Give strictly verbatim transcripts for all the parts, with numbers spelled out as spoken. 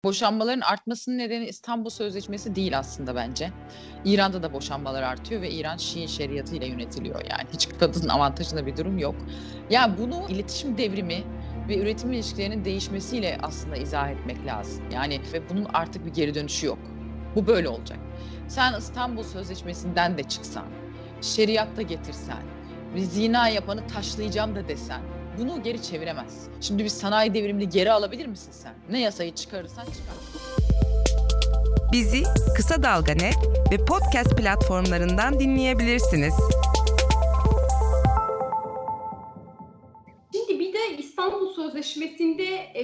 Boşanmaların artmasının nedeni İstanbul Sözleşmesi değil aslında bence. İran'da da boşanmalar artıyor ve İran Şii şeriatıyla yönetiliyor yani. Hiç kadının avantajında bir durum yok. Ya bunu iletişim devrimi ve üretim ilişkilerinin değişmesiyle aslında izah etmek lazım. Yani ve bunun artık bir geri dönüşü yok. Bu böyle olacak. Sen İstanbul Sözleşmesi'nden de çıksan, şeriat da getirsen, bir zina yapanı taşlayacağım da desen, bunu geri çeviremez. Şimdi bir sanayi devrimini geri alabilir misin sen? Ne yasayı çıkarırsan çıkar. Bizi Kısa Dalga Net ve podcast platformlarından dinleyebilirsiniz. Şimdi bir de İstanbul Sözleşmesi'nde e,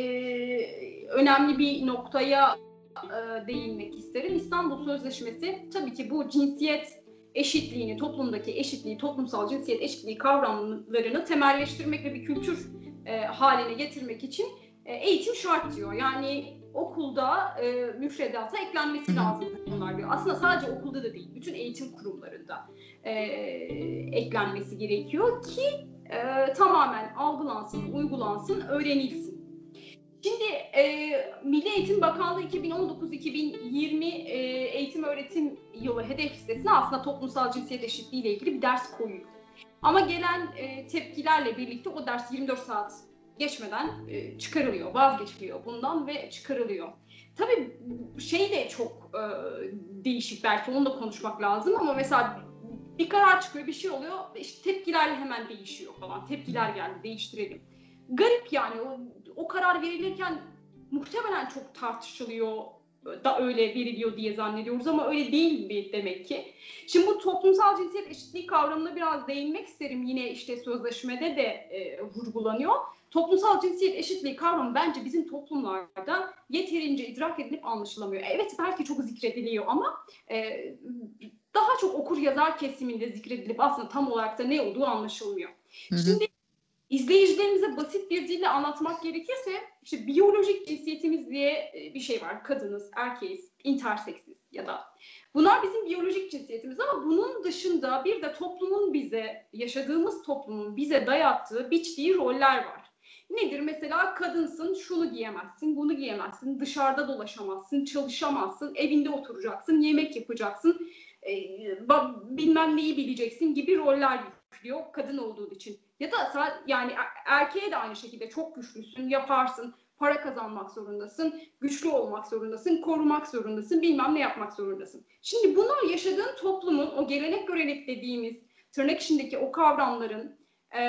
önemli bir noktaya e, değinmek isterim. İstanbul Sözleşmesi tabii ki bu cinsiyet eşitliğini, toplumdaki eşitliği, toplumsal cinsiyet eşitliği kavramlarını temelleştirmek ve bir kültür e, haline getirmek için e, eğitim şart diyor. Yani okulda e, müfredata eklenmesi lazım bunlar diyor. Aslında sadece okulda da değil, bütün eğitim kurumlarında e, eklenmesi gerekiyor ki e, tamamen algılansın, uygulansın, öğrenilsin. Şimdi e, Milli Eğitim Bakanlığı iki bin on dokuz iki bin yirmi e, eğitim öğretim yılı hedef listesine aslında toplumsal cinsiyet eşitliği ile ilgili bir ders koyuyor. Ama gelen e, tepkilerle birlikte o ders yirmi dört saat geçmeden e, çıkarılıyor, vazgeçiliyor bundan ve çıkarılıyor. Tabii şey de çok e, değişik, belki onu da konuşmak lazım ama mesela bir karar çıkıyor, bir şey oluyor, işte tepkilerle hemen değişiyor falan. Tepkiler geldi, değiştirelim. Garip yani o, o karar verilirken muhtemelen çok tartışılıyor da öyle veriliyor diye zannediyoruz ama öyle değil mi demek ki? Şimdi bu toplumsal cinsiyet eşitliği kavramına biraz değinmek isterim. Yine işte sözleşmede de e, vurgulanıyor. Toplumsal cinsiyet eşitliği kavramı bence bizim toplumlarda yeterince idrak edilip anlaşılamıyor. Evet belki çok zikrediliyor ama e, daha çok okur yazar kesiminde zikredilip aslında tam olarak da ne olduğu anlaşılmıyor. Hı hı. Şimdi İzleyicilerimize basit bir dille anlatmak gerekirse işte biyolojik cinsiyetimiz diye bir şey var. Kadınız, erkeğiz, interseksiz ya da. Bunlar bizim biyolojik cinsiyetimiz ama bunun dışında bir de toplumun bize, yaşadığımız toplumun bize dayattığı, biçtiği roller var. Nedir? Mesela kadınsın, şunu giyemezsin, bunu giyemezsin, dışarıda dolaşamazsın, çalışamazsın, evinde oturacaksın, yemek yapacaksın, e, bilmem neyi bileceksin gibi roller yüklüyor kadın olduğu için. Ya da yani erkeğe de aynı şekilde çok güçlüsün, yaparsın, para kazanmak zorundasın, güçlü olmak zorundasın, korumak zorundasın, bilmem ne yapmak zorundasın. Şimdi bunlar yaşadığın toplumun, o gelenek görenek dediğimiz tırnak içindeki o kavramların e,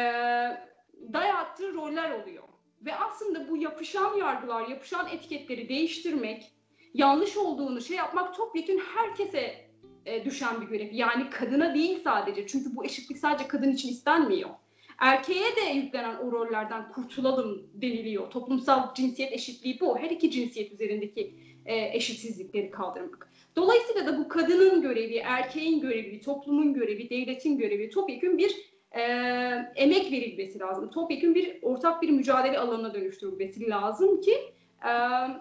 dayattığı roller oluyor. Ve aslında bu yapışan yargılar, yapışan etiketleri değiştirmek, yanlış olduğunu şey yapmak topyekün herkese e, düşen bir görev. Yani kadına değil sadece. Çünkü bu eşitlik sadece kadın için istenmiyor. Erkeğe de yüklenen o rollerden kurtulalım deniliyor. Toplumsal cinsiyet eşitliği bu. Her iki cinsiyet üzerindeki e, eşitsizlikleri kaldırmak. Dolayısıyla da bu kadının görevi, erkeğin görevi, toplumun görevi, devletin görevi topyekün bir e, emek verilmesi lazım. Topyekün bir ortak bir mücadele alanına dönüştürülmesi lazım ki e,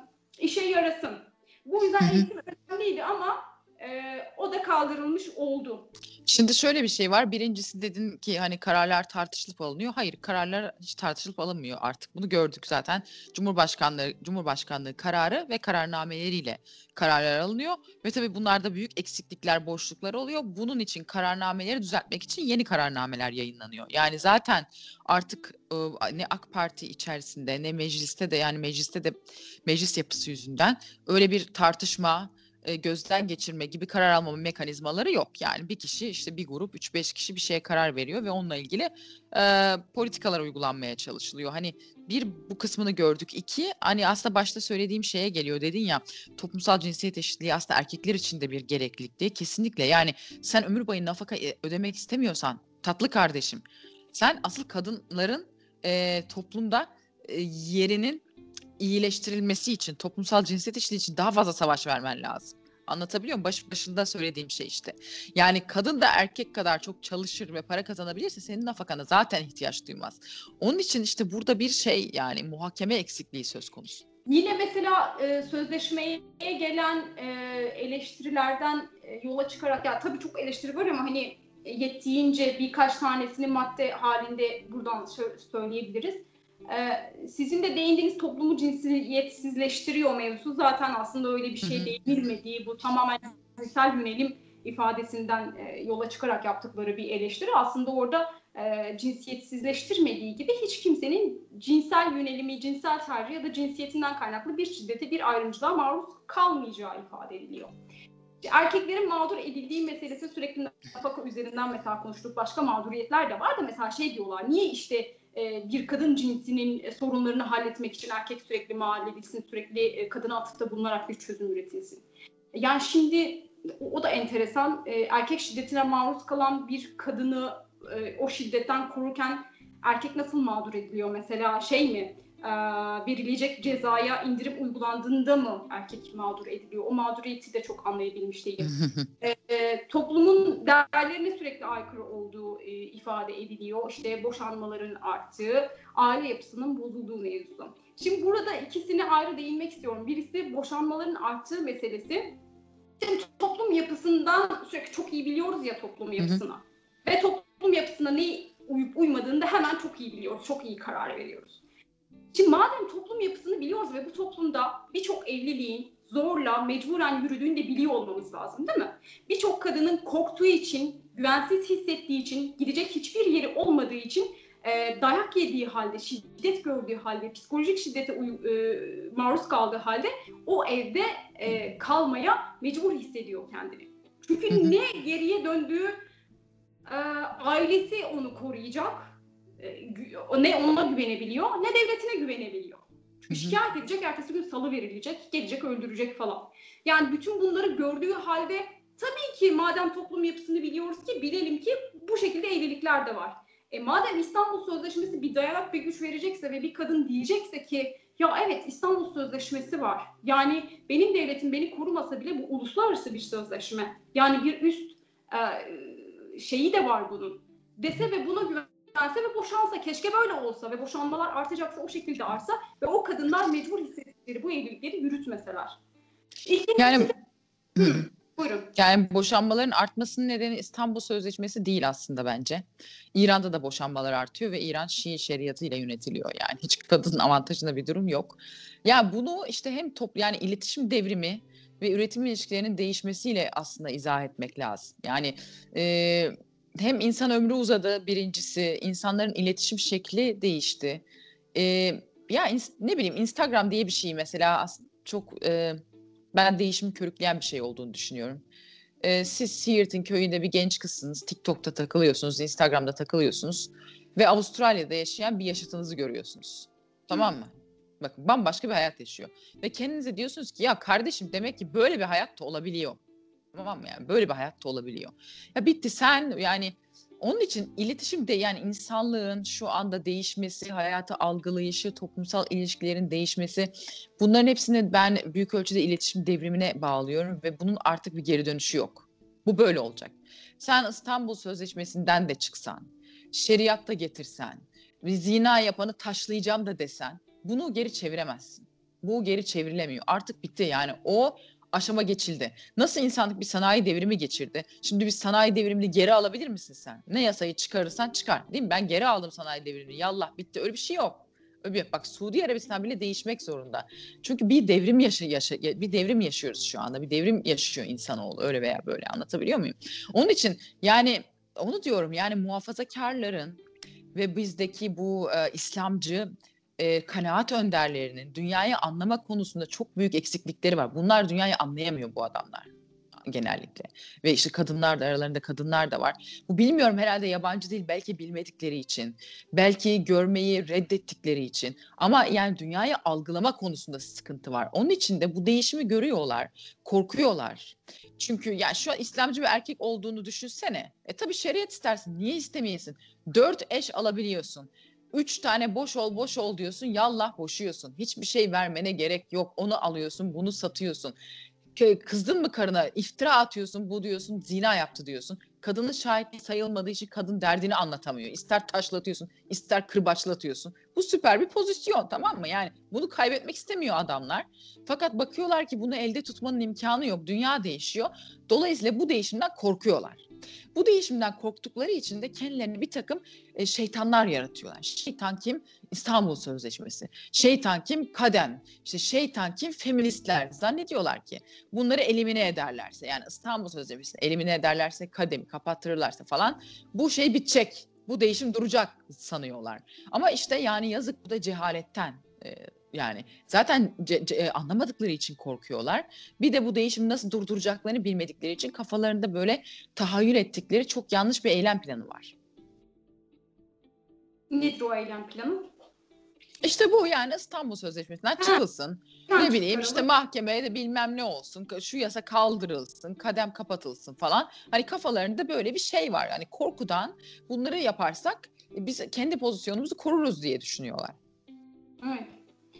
işe yarasın. Bu yüzden eğitim önemliydi ama e, o da kaldırılmış oldu. Şimdi şöyle bir şey var. Birincisi dedin ki hani kararlar tartışılıp alınıyor. Hayır, kararlar hiç tartışılıp alınmıyor artık. Bunu gördük zaten. Cumhurbaşkanlığı Cumhurbaşkanlığı kararı ve kararnameleriyle kararlar alınıyor ve tabii bunlarda büyük eksiklikler, boşluklar oluyor. Bunun için kararnameleri düzeltmek için yeni kararnameler yayınlanıyor. Yani zaten artık ne AK Parti içerisinde ne mecliste de yani mecliste de meclis yapısı yüzünden öyle bir tartışma, gözden geçirme gibi karar alma mekanizmaları yok. Yani bir kişi işte bir grup üç beş kişi bir şeye karar veriyor ve onunla ilgili e, politikalar uygulanmaya çalışılıyor. Hani bir bu kısmını gördük. İki hani aslında başta söylediğim şeye geliyor dedin ya toplumsal cinsiyet eşitliği aslında erkekler için de bir gereklilik değil. Kesinlikle yani sen ömür boyu nafaka ödemek istemiyorsan tatlı kardeşim sen asıl kadınların e, toplumda e, yerinin iyileştirilmesi için, toplumsal cinsiyet eşitliği için daha fazla savaş vermen lazım. Anlatabiliyor muyum? Baş, başında söylediğim şey işte. Yani kadın da erkek kadar çok çalışır ve para kazanabilirse senin nafakana zaten ihtiyaç duymaz. Onun için işte burada bir şey yani muhakeme eksikliği söz konusu. Yine mesela e, sözleşmeye gelen e, eleştirilerden e, yola çıkarak ya tabii çok eleştiri var ama hani yettiğince birkaç tanesini madde halinde buradan söyleyebiliriz. Ee, sizin de değindiğiniz toplumu cinsiyetsizleştiriyor mevzu. Zaten aslında öyle bir şey değinilmediği, bu tamamen cinsel yönelim ifadesinden e, yola çıkarak yaptıkları bir eleştiri. Aslında orada e, cinsiyetsizleştirmediği gibi hiç kimsenin cinsel yönelimi, cinsel tercih ya da cinsiyetinden kaynaklı bir şiddete, bir ayrımcılığa maruz kalmayacağı ifade ediliyor. Erkeklerin mağdur edildiği meselesi sürekli nafaka üzerinden mesela konuştuk. Başka mağduriyetler de var da mesela şey diyorlar. Niye işte e, bir kadın cinsinin e, sorunlarını halletmek için erkek sürekli mahalledilsin, sürekli e, kadına atıfta bulunarak bir çözüm üretilsin? Yani şimdi o, o da enteresan. E, erkek şiddetine maruz kalan bir kadını e, o şiddetten korurken erkek nasıl mağdur ediliyor? Mesela şey mi? E, verilecek cezaya indirim uygulandığında mı erkek mağdur ediliyor? O mağduriyeti de çok anlayabilmiş değilim. e, e, toplumun değerlerine sürekli aykırı olduğu e, ifade ediliyor. İşte boşanmaların arttığı, aile yapısının bozulduğu mevzusu. Şimdi burada ikisine ayrı değinmek istiyorum. Birisi boşanmaların arttığı meselesi. Şimdi toplum yapısından sürekli çok iyi biliyoruz ya toplum yapısına. Ve toplum yapısına ne uyup uymadığını da hemen çok iyi biliyoruz. Çok iyi karar veriyoruz. Şimdi madem toplum yapısını biliyoruz ve bu toplumda birçok evliliğin zorla, mecburen yürüdüğünü de biliyor olmamız lazım değil mi? Birçok kadının korktuğu için, güvensiz hissettiği için, gidecek hiçbir yeri olmadığı için e, dayak yediği halde, şiddet gördüğü halde, psikolojik şiddete uy- e, maruz kaldığı halde o evde e, kalmaya mecbur hissediyor kendini. Çünkü ne geriye döndüğü e, ailesi onu koruyacak, ne ona güvenebiliyor, ne devletine güvenebiliyor. Çünkü şikayet edecek, ertesi gün salı verilecek, gelecek öldürecek falan. Yani bütün bunları gördüğü halde tabii ki madem toplum yapısını biliyoruz ki bilelim ki bu şekilde evlilikler de var. E madem İstanbul Sözleşmesi bir dayanak bir güç verecekse ve bir kadın diyecekse ki ya evet İstanbul Sözleşmesi var. Yani benim devletim beni korumasa bile bu uluslararası bir sözleşme. Yani bir üst e, şeyi de var bunun. Dese ve buna güven ve boşansa, keşke böyle olsa ve boşanmalar artacaksa o şekilde artsa ve o kadınlar mecbur hissettikleri bu evlilikleri yürütmeseler. İkincisi Yani de, hı, buyurun. Yani boşanmaların artmasının nedeni İstanbul Sözleşmesi değil aslında bence. İran'da da boşanmalar artıyor ve İran Şii şeriatıyla yönetiliyor. Yani hiç kadının avantajında bir durum yok. Ya bunu işte hem top yani iletişim devrimi ve üretim ilişkilerinin değişmesiyle aslında izah etmek lazım. Yani e, hem insan ömrü uzadı birincisi, insanların iletişim şekli değişti. E, ya ins- ne bileyim Instagram diye bir şey mesela aslında çok e, ben değişimi körükleyen bir şey olduğunu düşünüyorum. Ee, siz Siirt'in köyünde bir genç kızsınız. TikTok'ta takılıyorsunuz, Instagram'da takılıyorsunuz ve Avustralya'da yaşayan bir yaşıtınızı görüyorsunuz. Tamam mı? Bakın bambaşka bir hayat yaşıyor. Ve kendinize diyorsunuz ki ya kardeşim demek ki böyle bir hayat da olabiliyor. Tamam mı yani? Böyle bir hayat da olabiliyor. Ya bitti sen yani onun için iletişim de yani insanlığın şu anda değişmesi, hayatı algılayışı, toplumsal ilişkilerin değişmesi bunların hepsini ben büyük ölçüde iletişim devrimine bağlıyorum ve bunun artık bir geri dönüşü yok. Bu böyle olacak. Sen İstanbul Sözleşmesi'nden de çıksan, şeriatta getirsen, bir zina yapanı taşlayacağım da desen bunu geri çeviremezsin. Bu geri çevrilemiyor. Artık bitti yani o aşama geçildi. Nasıl insanlık bir sanayi devrimi geçirdi? Şimdi bir sanayi devrimini geri alabilir misin sen? Ne yasayı çıkarırsan çıkar. Değil mi? Ben geri aldım sanayi devrimini. Yallah bitti. Öyle bir şey yok. Öyle bir, bak Suudi Arabistan bile değişmek zorunda. Çünkü bir devrim yaşa, yaşa bir devrim yaşıyoruz şu anda. Bir devrim yaşıyor insanoğlu öyle veya böyle anlatabiliyor muyum? Onun için yani onu diyorum yani muhafazakarların ve bizdeki bu e, İslamcı e, kanaat önderlerinin dünyayı anlama konusunda çok büyük eksiklikleri var. Bunlar dünyayı anlayamıyor bu adamlar genellikle. Ve işte kadınlar da aralarında kadınlar da var. Bu bilmiyorum herhalde yabancı değil belki bilmedikleri için. Belki görmeyi reddettikleri için. Ama yani dünyayı algılama konusunda sıkıntı var. Onun için de bu değişimi görüyorlar. Korkuyorlar. Çünkü yani şu an İslamcı bir erkek olduğunu düşünsene. E tabii şeriat istersin. Niye istemeyesin? Dört eş alabiliyorsun. Üç tane boş ol boş ol diyorsun. Yallah boşuyorsun. Hiçbir şey vermene gerek yok. Onu alıyorsun, bunu satıyorsun. Kızdın mı karına iftira atıyorsun bu diyorsun zina yaptı diyorsun. Kadının şahitliği sayılmadığı için kadın derdini anlatamıyor. İster taşlatıyorsun ister kırbaçlatıyorsun. Bu süper bir pozisyon tamam mı? Yani bunu kaybetmek istemiyor adamlar. Fakat bakıyorlar ki bunu elde tutmanın imkanı yok. Dünya değişiyor. Dolayısıyla bu değişimden korkuyorlar. Bu değişimden korktukları için de kendilerine bir takım e, şeytanlar yaratıyorlar. Şeytan kim? İstanbul Sözleşmesi. Şeytan kim? Kadem. İşte şeytan kim? Feministler. Zannediyorlar ki bunları elimine ederlerse, yani İstanbul Sözleşmesi'ni elimine ederlerse, Kadem'i kapattırırlarsa falan bu şey bitecek. Bu değişim duracak sanıyorlar. Ama işte yani yazık, bu da cehaletten. E, yani zaten ce- ce- anlamadıkları için korkuyorlar. Bir de bu değişimi nasıl durduracaklarını bilmedikleri için kafalarında böyle tahayyül ettikleri çok yanlış bir eylem planı var. Nedir o eylem planı? İşte bu, yani İstanbul Sözleşmesi'nden çıkılsın. Ha, Ne bileyim işte çıkaralım. mahkemeye de bilmem ne olsun. Şu yasa kaldırılsın, kadem kapatılsın falan. Hani kafalarında böyle bir şey var. Yani korkudan bunları yaparsak biz kendi pozisyonumuzu koruruz diye düşünüyorlar. Evet.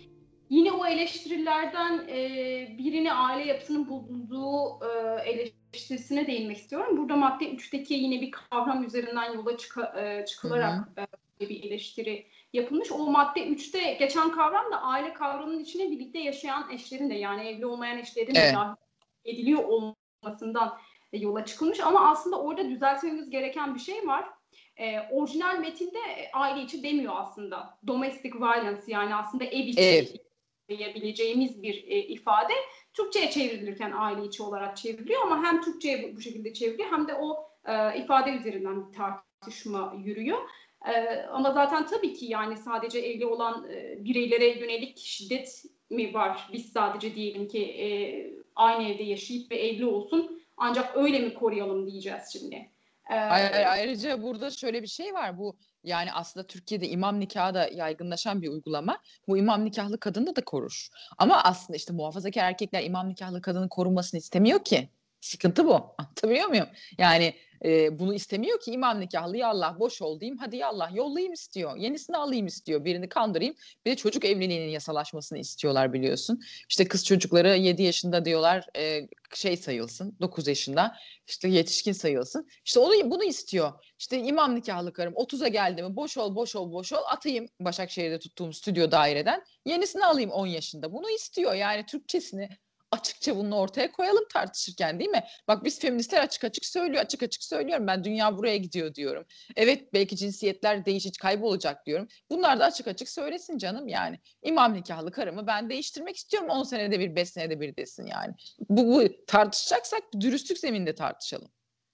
Yine o eleştirilerden e, birini aile yapısının bulunduğu e, eleştirisine değinmek istiyorum. Burada madde üçteki yine bir kavram üzerinden yola çıka, e, çıkılarak e, bir eleştiri yapılmış. O madde üçte geçen kavram da aile kavramının içine birlikte yaşayan eşlerin de, yani evli olmayan eşlerin de Evet. dahil ediliyor olmasından e, yola çıkılmış. Ama aslında orada düzeltmemiz gereken bir şey var. E, orijinal metinde aile içi demiyor aslında. Domestic violence, yani aslında ev içi Evet. diyebileceğimiz bir e, ifade Türkçe'ye çevrilirken aile içi olarak çevriliyor, ama hem Türkçe'ye bu, bu şekilde çevriliyor hem de o e, ifade üzerinden bir tartışma yürüyor. E, ama zaten tabii ki yani sadece evli olan e, bireylere yönelik şiddet mi var? Biz sadece diyelim ki e, aynı evde yaşayıp ve evli olsun ancak öyle mi koruyalım diyeceğiz şimdi. E, Ayrıca burada şöyle bir şey var. Bu yani aslında Türkiye'de imam nikahı da yaygınlaşan bir uygulama. Bu imam nikahlı kadını da korur. Ama aslında işte muhafazakar erkekler imam nikahlı kadının korunmasını istemiyor ki. Sıkıntı bu. Anlatabiliyor muyum? Yani e, bunu istemiyor ki imam nikahlı, yallah boş ol diyeyim, hadi yallah yollayayım istiyor. Yenisini alayım istiyor. Birini kandırayım. Bir de çocuk evliliğinin yasalaşmasını istiyorlar, biliyorsun. İşte kız çocukları yedi yaşında diyorlar e, şey sayılsın, dokuz yaşında işte yetişkin sayılsın. İşte onu, bunu istiyor. İşte imam nikahlı karım otuza geldi mi boş ol boş ol boş ol, atayım Başakşehir'de tuttuğum stüdyo daireden, yenisini alayım on yaşında. Bunu istiyor, yani Türkçesini açıkça bunu ortaya koyalım tartışırken, değil mi? Bak biz feministler açık açık söylüyor, açık açık söylüyorum, ben dünya buraya gidiyor diyorum. Evet belki cinsiyetler değişik kaybolacak diyorum. Bunlar da açık açık söylesin canım yani. İmam nikahlı karımı ben değiştirmek istiyorum, on senede bir, beş senede bir desin yani. Bu, bu tartışacaksak dürüstlük zemininde tartışalım.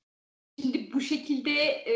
Şimdi bu şekilde e,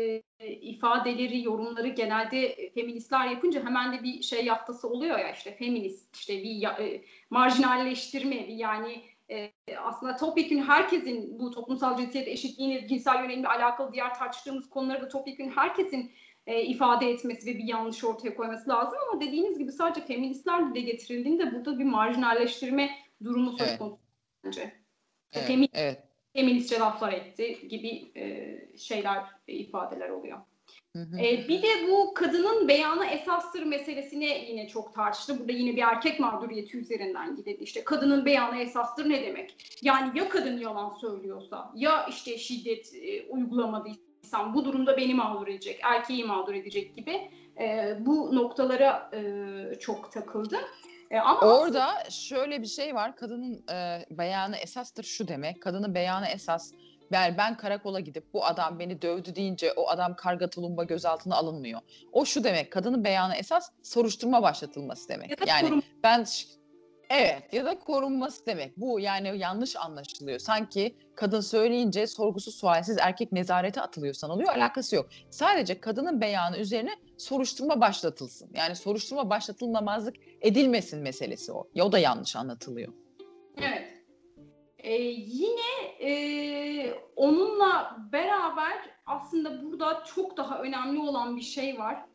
ifadeleri, yorumları genelde feministler yapınca hemen de bir şey yaftası oluyor ya, işte feminist, işte bir ya, e, marjinalleştirme, bir yani e, aslında topyekün herkesin bu toplumsal cinsiyet eşitliğini, cinsel yönelimle alakalı diğer tartıştığımız konuları da topyekün herkesin e, ifade etmesi ve bir yanlış ortaya koyması lazım, ama dediğiniz gibi sadece feministler dile getirildiğinde burada bir marjinalleştirme durumu söz Evet. konusu bence. Evet, Feminist evet. feministçe laflar etti gibi e, şeyler, e, ifadeler oluyor. Hı hı. E, bir de bu kadının beyanı esastır meselesine yine çok tartıştı. Burada yine bir erkek mağduriyeti üzerinden gidildi. İşte kadının beyanı esastır ne demek? Yani ya kadın yalan söylüyorsa, ya işte şiddet e, uygulamadıysam bu durumda beni mağdur edecek, erkeği mağdur edecek gibi e, bu noktalara e, çok takıldı. E, ama aslında Orada şöyle bir şey var. Kadının e, beyanı esastır şu demek. Kadının beyanı esas. Ben, ben karakola gidip bu adam beni dövdü deyince o adam karga tulumba gözaltına alınmıyor. O şu demek. Kadının beyanı esas, soruşturma başlatılması demek. ya da Yani korum ben evet, ya da korunması demek. Bu yani yanlış anlaşılıyor. Sanki kadın söyleyince sorgusuz sualsiz erkek nezarete atılıyor sanılıyor. Alakası yok. Sadece kadının beyanı üzerine soruşturma başlatılsın. Yani soruşturma başlatılmamazlık edilmesin meselesi o. Ya o da yanlış anlatılıyor. evet. Ee, yine e, onunla beraber aslında burada çok daha önemli olan bir şey var.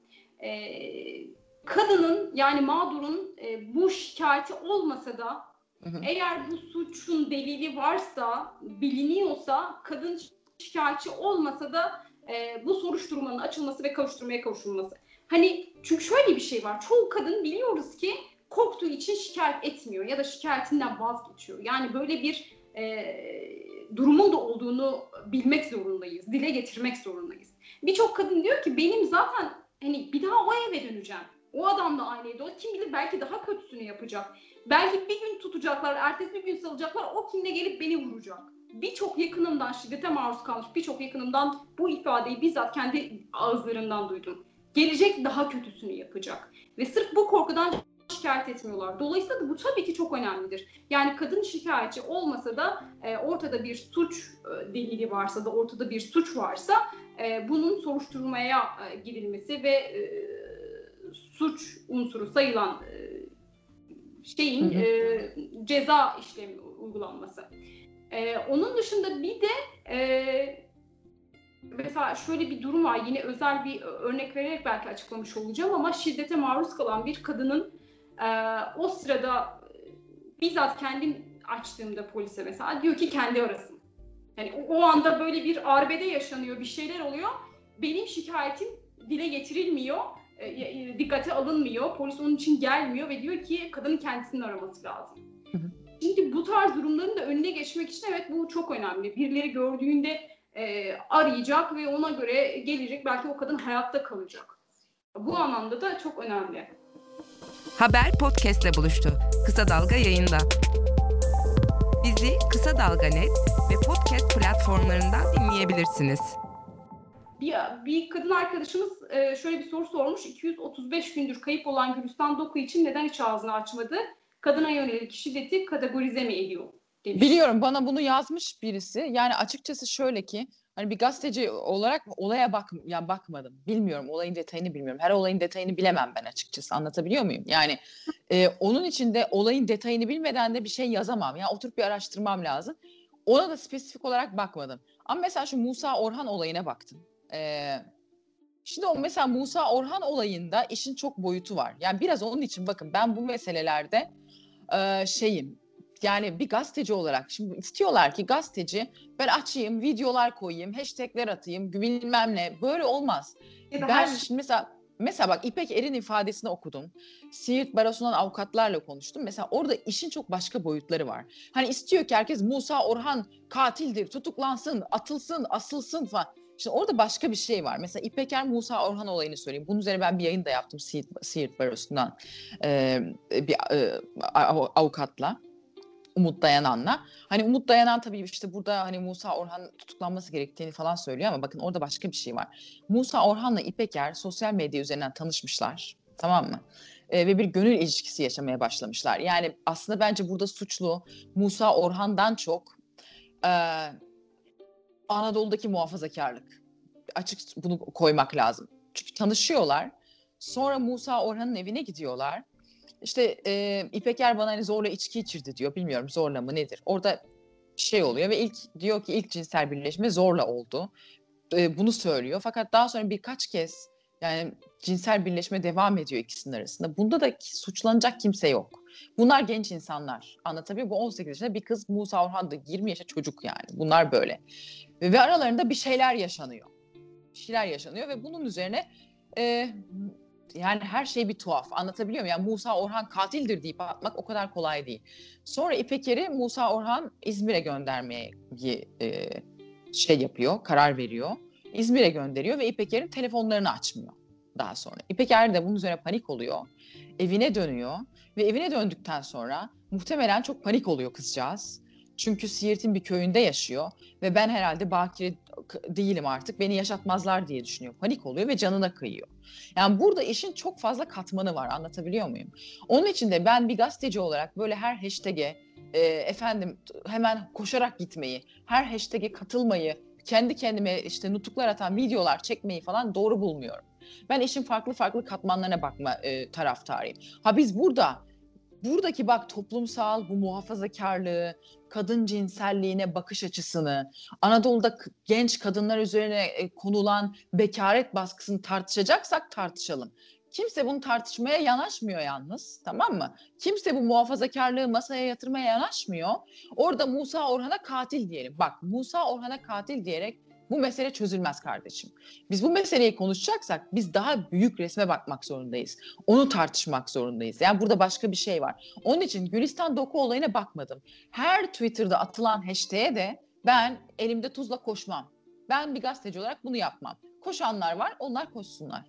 Ee, kadının, yani mağdurun e, bu şikayeti olmasa da, Hı hı. eğer bu suçun delili varsa, biliniyorsa, kadın şikayetçi olmasa da e, bu soruşturmanın açılması ve kavuşturmaya kavuşulması. Hani çünkü şöyle bir şey var. Çoğu kadın biliyoruz ki korktuğu için şikayet etmiyor ya da şikayetinden vazgeçiyor. Yani böyle bir e, durumun da olduğunu bilmek zorundayız. Dile getirmek zorundayız. Birçok kadın diyor ki benim zaten hani bir daha o eve döneceğim. O adam da aynı evde. O kim bilir belki daha kötüsünü yapacak. Belki bir gün tutacaklar, ertesi gün salacaklar. O kimle gelip beni vuracak. birçok yakınımdan şiddete maruz kalmış birçok yakınımdan bu ifadeyi bizzat kendi ağızlarından duydum. Gelecek daha kötüsünü yapacak. Ve sırf bu korkudan şikayet etmiyorlar. Dolayısıyla da bu tabii ki çok önemlidir. Yani kadın şikayetçi olmasa da e, ortada bir suç e, delili varsa da ortada bir suç varsa e, bunun soruşturmaya e, girilmesi ve e, suç unsuru sayılan e, şeyin hı hı. E, ceza işlemi uygulanması. E, onun dışında bir de e, mesela şöyle bir durum var. Yine özel bir örnek vererek belki açıklamış olacağım ama şiddete maruz kalan bir kadının e, o sırada bizzat kendim açtığımda polise mesela diyor ki kendi arasın. Yani o, o anda böyle bir arbede yaşanıyor, bir şeyler oluyor. Benim şikayetim dile getirilmiyor, e, dikkate alınmıyor. Polis onun için gelmiyor ve diyor ki kadının kendisinin araması lazım. Hı hı. Şimdi bu tarz durumların da önüne geçmek için evet bu çok önemli. Birileri gördüğünde e, arayacak ve ona göre gelecek. Belki o kadın hayatta kalacak. Bu anlamda da çok önemli. Haber podcast'le buluştu. Kısa Dalga yayında. Bizi Kısa Dalga nokta net ve podcast platformlarından dinleyebilirsiniz. Bir, bir kadın arkadaşımız e, şöyle bir soru sormuş. iki yüz otuz beş gündür kayıp olan Gülistan Doku için neden hiç ağzını açmadı? Kadına yönelik şiddeti kategorize mi ediyor? Demiş. Biliyorum, bana bunu yazmış birisi. Yani açıkçası şöyle ki hani bir gazeteci olarak olaya bak yani bakmadım. Bilmiyorum, olayın detayını bilmiyorum. Her olayın detayını bilemem ben açıkçası. Anlatabiliyor muyum? Yani e, onun için de olayın detayını bilmeden de bir şey yazamam. Yani oturup bir araştırmam lazım. Ona da spesifik olarak bakmadım. Ama mesela şu Musa Orhan olayına baktım. Eee Şimdi o mesela Musa Orhan olayında işin çok boyutu var. Yani biraz onun için bakın ben bu meselelerde e, şeyim. Yani bir gazeteci olarak şimdi istiyorlar ki gazeteci ben açayım, videolar koyayım, hashtagler atayım, bilmem ne. Böyle olmaz. Ya Ben şey... şimdi mesela mesela bak İpek Er'in ifadesini okudum. Siirt Barosu'ndan avukatlarla konuştum. Mesela orada işin çok başka boyutları var. Hani istiyor ki herkes Musa Orhan katildir, tutuklansın, atılsın, asılsın falan. Şimdi orada başka bir şey var. Mesela İpek Er Musa Orhan olayını söyleyeyim. Bunun üzerine ben bir yayın da yaptım Siirt, Siirt Barosu'ndan e, bir e, avukatla. Umut Dayanan'la. Hani Umut Dayanan tabii işte burada hani Musa Orhan tutuklanması gerektiğini falan söylüyor ama bakın orada başka bir şey var. Musa Orhan'la İpek Er sosyal medya üzerinden tanışmışlar. Tamam mı? E, ve bir gönül ilişkisi yaşamaya başlamışlar. Yani aslında bence burada suçlu Musa Orhan'dan çok e, Anadolu'daki muhafazakarlık. Açık bunu koymak lazım. Çünkü tanışıyorlar. Sonra Musa Orhan'ın evine gidiyorlar. İşte e, İpek Er bana hani zorla içki içirdi diyor. Bilmiyorum zorla mı nedir. Orada şey oluyor ve ilk diyor ki ilk cinsel birleşme zorla oldu. E, bunu söylüyor. Fakat daha sonra birkaç kez yani cinsel birleşme devam ediyor ikisinin arasında. Bunda da suçlanacak kimse yok. Bunlar genç insanlar. Anlatabiliyor muyum? Bu on sekiz yaşında bir kız, Musa Orhan da yirmi yaşında çocuk yani. Bunlar böyle. Ve, ve aralarında bir şeyler yaşanıyor. Bir şeyler yaşanıyor ve bunun üzerine e, yani her şey bir tuhaf. Anlatabiliyor muyum? Yani Musa Orhan katildir deyip atmak o kadar kolay değil. Sonra İpek Er'i Musa Orhan İzmir'e göndermeye e, şey yapıyor, karar veriyor. İzmir'e gönderiyor ve İpek Er'in telefonlarını açmıyor daha sonra. İpek Er de bunun üzerine panik oluyor. Evine dönüyor ve evine döndükten sonra muhtemelen çok panik oluyor kızcağız. Çünkü Siirt'in bir köyünde yaşıyor ve ben herhalde bakire değilim artık, beni yaşatmazlar diye düşünüyor. Panik oluyor ve canına kıyıyor. Yani burada işin çok fazla katmanı var, anlatabiliyor muyum? Onun için de ben bir gazeteci olarak böyle her hashtag'e e, efendim hemen koşarak gitmeyi, her hashtag'e katılmayı, kendi kendime işte nutuklar atan videolar çekmeyi falan doğru bulmuyorum. Ben işin farklı farklı katmanlarına bakma e, taraftarıyım. Ha biz burada Buradaki bak toplumsal bu muhafazakarlığı, kadın cinselliğine bakış açısını, Anadolu'da k- genç kadınlar üzerine e, konulan bekaret baskısını tartışacaksak tartışalım. Kimse bunu tartışmaya yanaşmıyor yalnız, tamam mı? Kimse bu muhafazakarlığı masaya yatırmaya yanaşmıyor. Orada Musa Orhan'a katil diyelim. Bak Musa Orhan'a katil diyerek bu mesele çözülmez kardeşim. Biz bu meseleyi konuşacaksak biz daha büyük resme bakmak zorundayız. Onu tartışmak zorundayız. Yani burada başka bir şey var. Onun için Gülistan Doku olayına bakmadım. Her Twitter'da atılan hashtag'e de ben elimde tuzla koşmam. Ben bir gazeteci olarak bunu yapmam. Koşanlar var, onlar koşsunlar.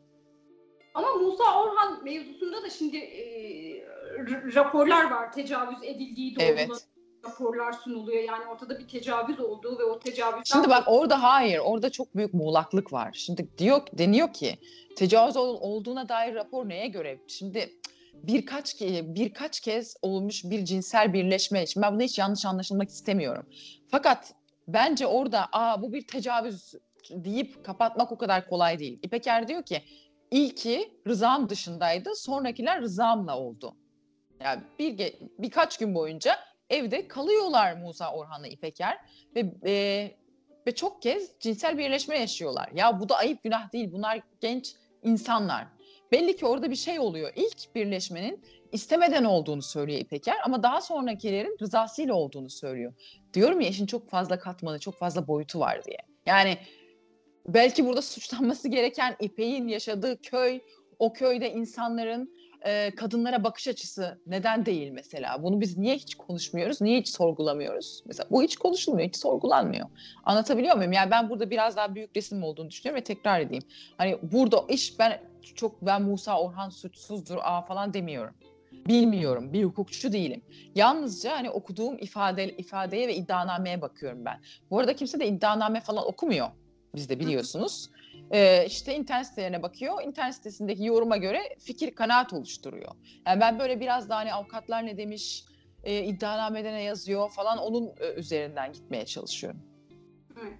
Ama Musa Orhan mevzusunda da şimdi e, r- raporlar var tecavüz edildiği doğrulanıyor. Evet. raporlar sunuluyor. Yani ortada bir tecavüz olduğu ve o tecavüzden... Şimdi bak orada hayır, orada çok büyük muğlaklık var. Şimdi diyor, deniyor ki tecavüz olduğuna dair rapor neye göre? Şimdi birkaç ke- birkaç kez olmuş bir cinsel birleşme. Şimdi ben buna hiç yanlış anlaşılmak istemiyorum. Fakat bence orada aa bu bir tecavüz deyip kapatmak o kadar kolay değil. İpeker diyor ki ilki rızam dışındaydı, sonrakiler rızamla oldu. Yani bir birkaç gün boyunca evde kalıyorlar Musa Orhan'la İpeker ve e, ve çok kez cinsel birleşme yaşıyorlar. Ya bu da ayıp, günah değil. Bunlar genç insanlar. Belli ki orada bir şey oluyor. İlk birleşmenin istemeden olduğunu söylüyor İpeker ama daha sonrakilerin rızasıyla olduğunu söylüyor. Diyorum ya, işin çok fazla katmanı, çok fazla boyutu var diye. Yani belki burada suçlanması gereken İpek'in yaşadığı köy, o köyde insanların e, kadınlara bakış açısı neden değil mesela? Bunu biz niye hiç konuşmuyoruz, niye hiç sorgulamıyoruz? Mesela bu hiç konuşulmuyor, hiç sorgulanmıyor. Anlatabiliyor muyum? Yani ben burada biraz daha büyük resim olduğunu düşünüyorum ve tekrar edeyim. Hani burada iş ben çok ben Musa Orhan suçsuzdur aa falan demiyorum. Bilmiyorum, bir hukukçu değilim. Yalnızca hani okuduğum ifade, ifadeye ve iddianameye bakıyorum ben. Bu arada kimse de iddianame falan okumuyor. Biz de biliyorsunuz. Ee, işte internet sitelerine bakıyor. İnternet sitesindeki yoruma göre fikir, kanaat oluşturuyor. Yani ben böyle biraz daha hani avukatlar ne demiş, e, iddianamede ne yazıyor falan onun e, üzerinden gitmeye çalışıyorum. Evet.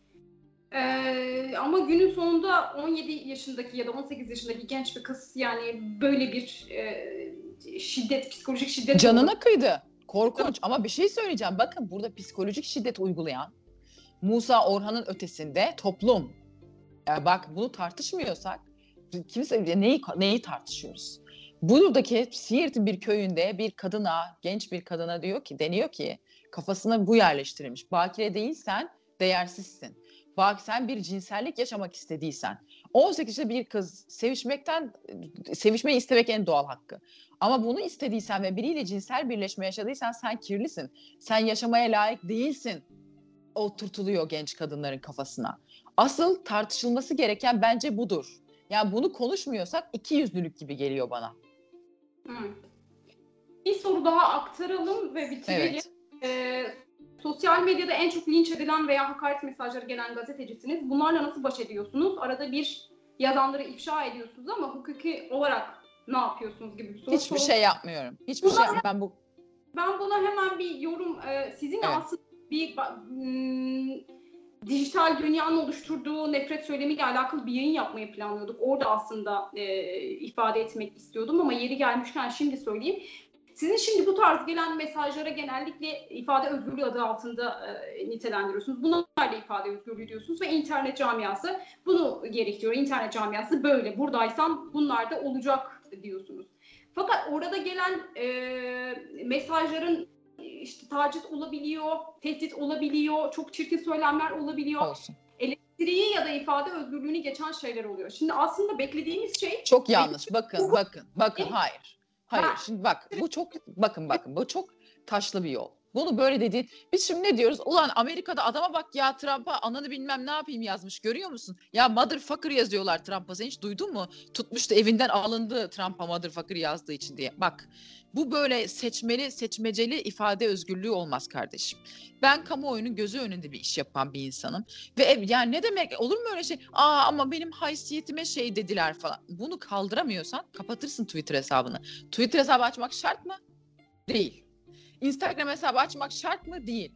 Ee, ama günün sonunda on yedi yaşındaki ya da on sekiz yaşındaki genç bir kız yani böyle bir e, şiddet, psikolojik şiddet... Canına olur. Kıydı. Korkunç ama bir şey söyleyeceğim. Bakın burada psikolojik şiddet uygulayan Musa Orhan'ın ötesinde toplum. Yani bak bunu tartışmıyorsak kimse neyi neyi tartışıyoruz? Buradaki Siirt'in bir köyünde bir kadına, genç bir kadına diyor ki, deniyor ki kafasına bu yerleştirilmiş. Bakire değilsen değersizsin. Bak sen bir cinsellik yaşamak istediysen. on sekiz yaşında bir kız sevişmekten, sevişmeyi istemek en doğal hakkı. Ama bunu istediysen ve biriyle cinsel birleşme yaşadıysan sen kirlisin. Sen yaşamaya layık değilsin. Oturtuluyor genç kadınların kafasına. Asıl tartışılması gereken bence budur. Yani bunu konuşmuyorsak ikiyüzlülük gibi geliyor bana. Hmm. Bir soru daha aktaralım ve bitirelim. Evet. Ee, sosyal medyada en çok linç edilen veya hakaret mesajları gelen gazetecisiniz. Bunlarla nasıl baş ediyorsunuz? Arada bir yazanları ifşa ediyorsunuz ama hukuki olarak ne yapıyorsunuz gibi bir soru. Hiçbir şey yapmıyorum. Hiçbir Buna, şey yapmıyorum. Ben bu Ben buna hemen bir yorum, e, sizinle evet. aslında bir m, dijital dünyanın oluşturduğu nefret söylemiyle alakalı bir yayın yapmayı planlıyorduk. Orada aslında e, ifade etmek istiyordum ama yeri gelmişken şimdi söyleyeyim. Sizin şimdi bu tarz gelen mesajlara genellikle ifade özgürlüğü adı altında e, nitelendiriyorsunuz. Bunlarla ifade özgürlüğü diyorsunuz ve internet camiası bunu gerektiriyor. İnternet camiası böyle. Buradaysam bunlar da olacak diyorsunuz. Fakat orada gelen e, mesajların işte taciz olabiliyor, tehdit olabiliyor, çok çirkin söylemler olabiliyor. Olsun. Elektriği ya da ifade özgürlüğünü geçen şeyler oluyor. Şimdi aslında beklediğimiz şey... Çok yanlış. Bakın, bakın, bakın. Hayır. Hayır. Şimdi bak, bu çok, bakın, bakın. Bu çok taşlı bir yol. Bunu böyle dediğin, biz şimdi ne diyoruz? Ulan Amerika'da adama bak ya, Trump'a ananı bilmem ne yapayım yazmış, görüyor musun? Ya motherfucker yazıyorlar Trump'a, sen hiç duydun mu? Tutmuştu, evinden alındı Trump'a motherfucker yazdığı için diye. Bak, bu böyle seçmeli, seçmeceli ifade özgürlüğü olmaz kardeşim. Ben kamuoyunun gözü önünde bir iş yapan bir insanım. Ve yani ne demek, olur mu öyle şey? Aa ama benim haysiyetime şey dediler falan. Bunu kaldıramıyorsan kapatırsın Twitter hesabını. Twitter hesabı açmak şart mı? Değil. Instagram hesabı açmak şart mı? Değil.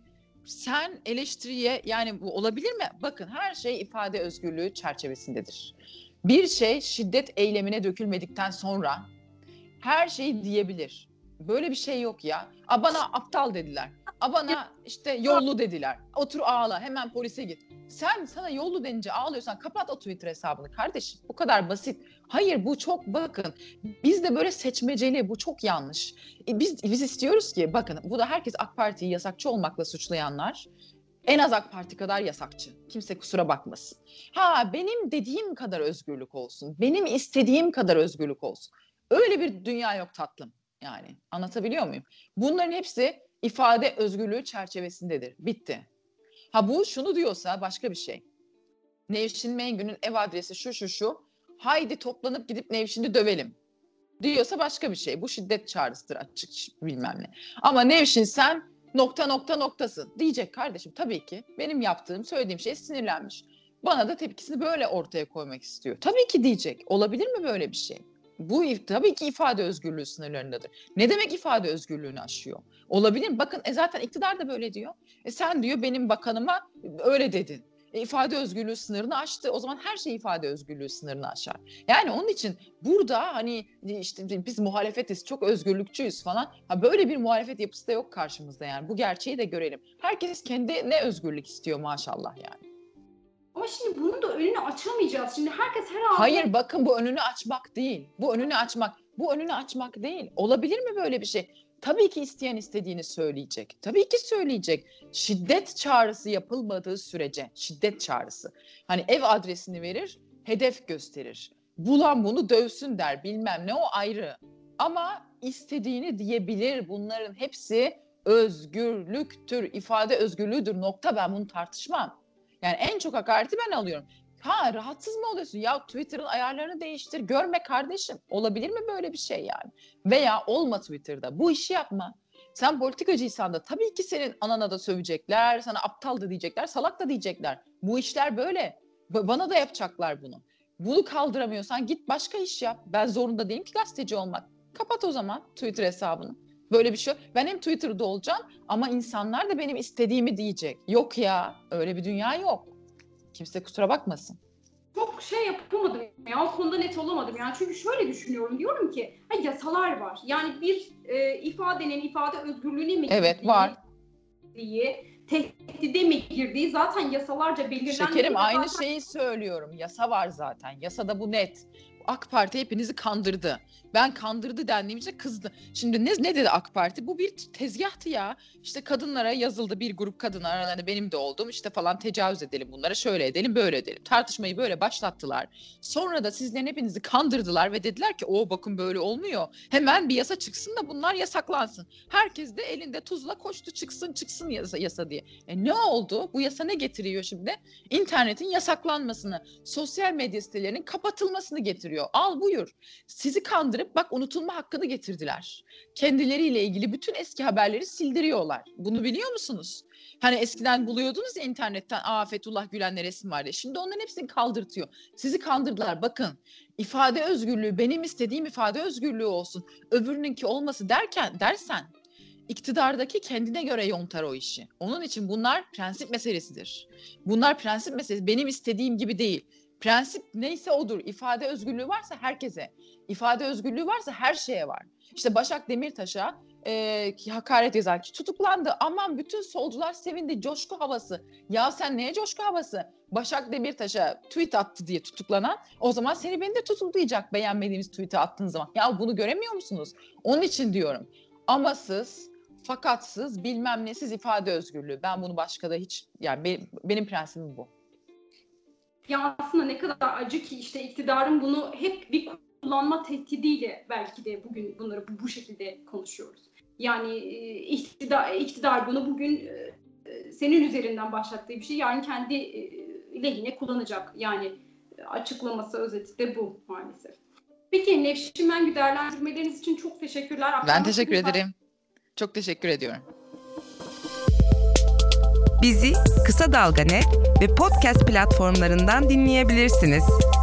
Sen eleştiriye, yani bu olabilir mi? Bakın, her şey ifade özgürlüğü çerçevesindedir. Bir şey şiddet eylemine dökülmedikten sonra her şeyi diyebilir. Böyle bir şey yok ya. A bana aptal dediler. A bana işte yollu dediler. Otur ağla, hemen polise git. Sen sana yollu denince ağlıyorsan kapat o Twitter hesabını kardeşim. Bu kadar basit. Hayır, bu çok, bakın biz de böyle seçmeceli, bu çok yanlış. E biz, biz istiyoruz ki, bakın bu da herkes AK Parti'yi yasakçı olmakla suçlayanlar en az AK Parti kadar yasakçı. Kimse kusura bakmasın. Ha benim dediğim kadar özgürlük olsun. Benim istediğim kadar özgürlük olsun. Öyle bir dünya yok tatlım. Yani anlatabiliyor muyum? Bunların hepsi ifade özgürlüğü çerçevesindedir. Bitti. Ha bu şunu diyorsa başka bir şey. Nevşin Mengü'nün ev adresi şu şu şu. Haydi toplanıp gidip Nevşin'i dövelim diyorsa başka bir şey. Bu şiddet çağrısıdır, açık bilmem ne. Ama Nevşin sen Nokta nokta noktasın. Diyecek kardeşim tabii ki benim yaptığım, söylediğim şey sinirlenmiş. Bana da tepkisini böyle ortaya koymak istiyor. Tabii ki diyecek. Olabilir mi böyle bir şey? Bu tabii ki ifade özgürlüğü sınırlarındadır. Ne demek ifade özgürlüğünü aşıyor? Olabilir mi? Bakın e zaten iktidar da böyle diyor. E sen diyor benim bakanıma öyle dedin. E, ifade özgürlüğü sınırını aştı. O zaman her şey ifade özgürlüğü sınırını aşar. Yani onun için burada hani işte biz muhalefetiz, çok özgürlükçüyüz falan. Ha böyle bir muhalefet yapısı da yok karşımızda yani. Bu gerçeği de görelim. Herkes kendine özgürlük istiyor maşallah yani. Ama şimdi bunun da önünü açamayacağız. Şimdi herkes herhalde... Hayır bakın bu önünü açmak değil. Bu önünü açmak. Bu önünü açmak değil. Olabilir mi böyle bir şey? Tabii ki isteyen istediğini söyleyecek. Tabii ki söyleyecek. Şiddet çağrısı yapılmadığı sürece, şiddet çağrısı. Hani ev adresini verir, hedef gösterir. Bulan bunu dövsün der, bilmem ne, o ayrı. Ama istediğini diyebilir. Bunların hepsi özgürlüktür, ifade özgürlüğüdür. Nokta, ben bunu tartışmam. Yani en çok hakareti ben alıyorum. Ha rahatsız mı oluyorsun? Ya Twitter'ın ayarlarını değiştir. Görme kardeşim. Olabilir mi böyle bir şey yani? Veya olma Twitter'da. Bu işi yapma. Sen politikacıysan da tabii ki senin anana da sövecekler. Sana aptal da diyecekler. Salak da diyecekler. Bu işler böyle. B- bana da yapacaklar bunu. Bunu kaldıramıyorsan git başka iş yap. Ben zorunda değilim ki gazeteci olmak. Kapat o zaman Twitter hesabını. Böyle bir şey yok. Ben hem Twitter'da olacağım ama insanlar da benim istediğimi diyecek. Yok ya, öyle bir dünya yok. Kimse kusura bakmasın. Çok şey yapamadım ya, o konuda net olamadım yani. Çünkü şöyle düşünüyorum, diyorum ki ha, yasalar var. Yani bir e, ifadenin ifade özgürlüğüne mi evet, girdiği, var. diye, tehdide mi girdiği zaten yasalarca belirlenmiş. Şekerim aynı zaten... şeyi söylüyorum. Yasa var zaten. Yasada bu net. AK Parti hepinizi kandırdı. Ben kandırdı dendiğimde kızdı. Şimdi ne, ne dedi AK Parti? Bu bir tezgahtı ya. İşte kadınlara yazıldı, bir grup kadınlar, hani benim de olduğum işte falan, tecavüz edelim bunlara, şöyle edelim, böyle edelim. Tartışmayı böyle başlattılar. Sonra da sizlerin hepinizi kandırdılar ve dediler ki o bakın böyle olmuyor. Hemen bir yasa çıksın da bunlar yasaklansın. Herkes de elinde tuzla koştu, çıksın çıksın yasa, yasa diye. E ne oldu? Bu yasa ne getiriyor şimdi? İnternetin yasaklanmasını, sosyal medya sitelerinin kapatılmasını getiriyor. Al buyur. Sizi kandırıp bak unutulma hakkını getirdiler. Kendileriyle ilgili bütün eski haberleri sildiriyorlar. Bunu biliyor musunuz? Hani eskiden buluyordunuz ya internetten, aa Fethullah Gülen'le resim var diye. Şimdi onların hepsini kaldırtıyor. Sizi kandırdılar. Bakın, ifade özgürlüğü benim istediğim ifade özgürlüğü olsun, öbürününki olması derken dersen iktidardaki kendine göre yontar o işi. Onun için bunlar prensip meselesidir. Bunlar prensip meselesi. Benim istediğim gibi değil. Prensip neyse odur. İfade özgürlüğü varsa herkese, ifade özgürlüğü varsa her şeye var. İşte Başak Demirtaş'a e, hakaret yazar ki tutuklandı. Aman bütün solcular sevindi, coşku havası. Ya sen neye coşku havası? Başak Demirtaş'a tweet attı diye tutuklanan, o zaman seni beni de tutuklayacak beğenmediğimiz tweet'i attığın zaman. Ya bunu göremiyor musunuz? Onun için diyorum. Amasız, fakatsız, bilmem nesiz ifade özgürlüğü. Ben bunu başka da hiç, yani benim, benim prensibim bu. Ya aslında ne kadar acı ki işte iktidarın bunu hep bir kullanma tehdidiyle belki de bugün bunları bu, bu şekilde konuşuyoruz. Yani iktidar, iktidar bunu bugün senin üzerinden başlattığı bir şey, yani kendi lehine kullanacak. Yani açıklaması, özeti de bu maalesef. Peki Nevşin Mengü, değerlendirmeleriniz için çok teşekkürler. Ben Akşam teşekkür ederim. Çok teşekkür ediyorum. Bizi Kısa Dalga Net ve podcast platformlarından dinleyebilirsiniz.